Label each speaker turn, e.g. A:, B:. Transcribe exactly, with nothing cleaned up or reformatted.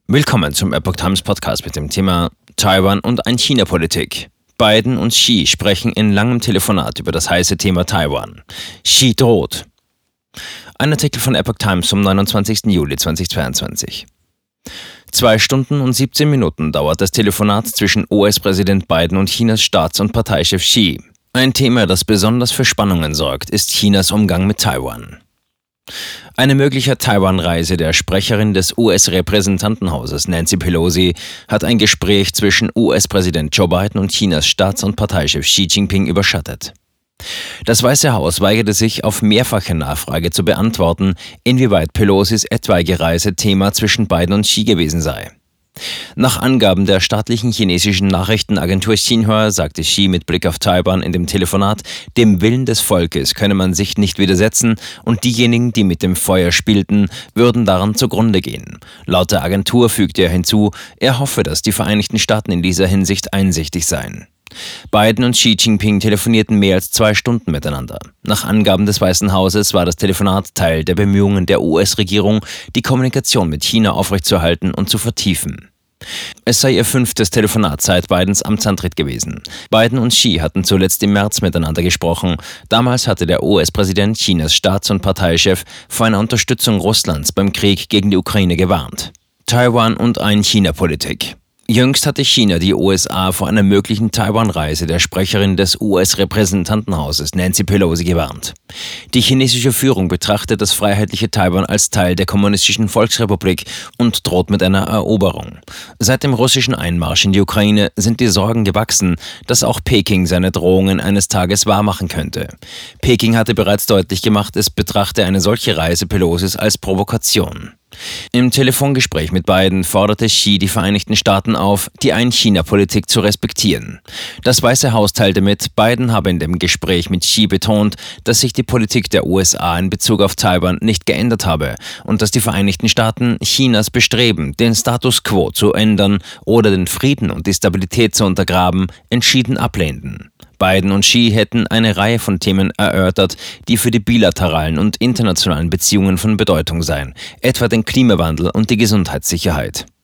A: Willkommen zum Epoch Times Podcast mit dem Thema Taiwan und Ein-China-Politik. Biden und Xi sprechen in langem Telefonat über das heiße Thema Taiwan. Xi droht. Ein Artikel von Epoch Times vom neunundzwanzigsten Juli zweitausendzweiundzwanzig. Zwei Stunden und siebzehn Minuten dauert das Telefonat zwischen U S-Präsident Biden und Chinas Staats- und Parteichef Xi. Ein Thema, das besonders für Spannungen sorgt, ist Chinas Umgang mit Taiwan. Eine mögliche Taiwan-Reise der Sprecherin des U S-Repräsentantenhauses Nancy Pelosi hat ein Gespräch zwischen U S-Präsident Joe Biden und Chinas Staats- und Parteichef Xi Jinping überschattet. Das Weiße Haus weigerte sich, auf mehrfache Nachfrage zu beantworten, inwieweit Pelosis etwaige Reise Thema zwischen Biden und Xi gewesen sei. Nach Angaben der staatlichen chinesischen Nachrichtenagentur Xinhua sagte Xi mit Blick auf Taiwan in dem Telefonat, dem Willen des Volkes könne man sich nicht widersetzen und diejenigen, die mit dem Feuer spielten, würden daran zugrunde gehen. Laut der Agentur fügte er hinzu, er hoffe, dass die Vereinigten Staaten in dieser Hinsicht einsichtig seien. Biden und Xi Jinping telefonierten mehr als zwei Stunden miteinander. Nach Angaben des Weißen Hauses war das Telefonat Teil der Bemühungen der U S-Regierung, die Kommunikation mit China aufrechtzuerhalten und zu vertiefen. Es sei ihr fünftes Telefonat seit Bidens Amtsantritt gewesen. Biden und Xi hatten zuletzt im März miteinander gesprochen. Damals hatte der U S-Präsident Chinas Staats- und Parteichef vor einer Unterstützung Russlands beim Krieg gegen die Ukraine gewarnt. Taiwan und Ein-China-Politik. Jüngst hatte China die U S A vor einer möglichen Taiwan-Reise der Sprecherin des U S-Repräsentantenhauses Nancy Pelosi gewarnt. Die chinesische Führung betrachtet das freiheitliche Taiwan als Teil der kommunistischen Volksrepublik und droht mit einer Eroberung. Seit dem russischen Einmarsch in die Ukraine sind die Sorgen gewachsen, dass auch Peking seine Drohungen eines Tages wahrmachen könnte. Peking hatte bereits deutlich gemacht, es betrachte eine solche Reise Pelosis als Provokation. Im Telefongespräch mit Biden forderte Xi die Vereinigten Staaten auf, die Ein-China-Politik zu respektieren. Das Weiße Haus teilte mit, Biden habe in dem Gespräch mit Xi betont, dass sich die Politik der U S A in Bezug auf Taiwan nicht geändert habe und dass die Vereinigten Staaten Chinas Bestreben, den Status quo zu ändern oder den Frieden und die Stabilität zu untergraben, entschieden ablehnten. Biden und Xi hätten eine Reihe von Themen erörtert, die für die bilateralen und internationalen Beziehungen von Bedeutung seien, etwa den Klimawandel und die Gesundheitssicherheit.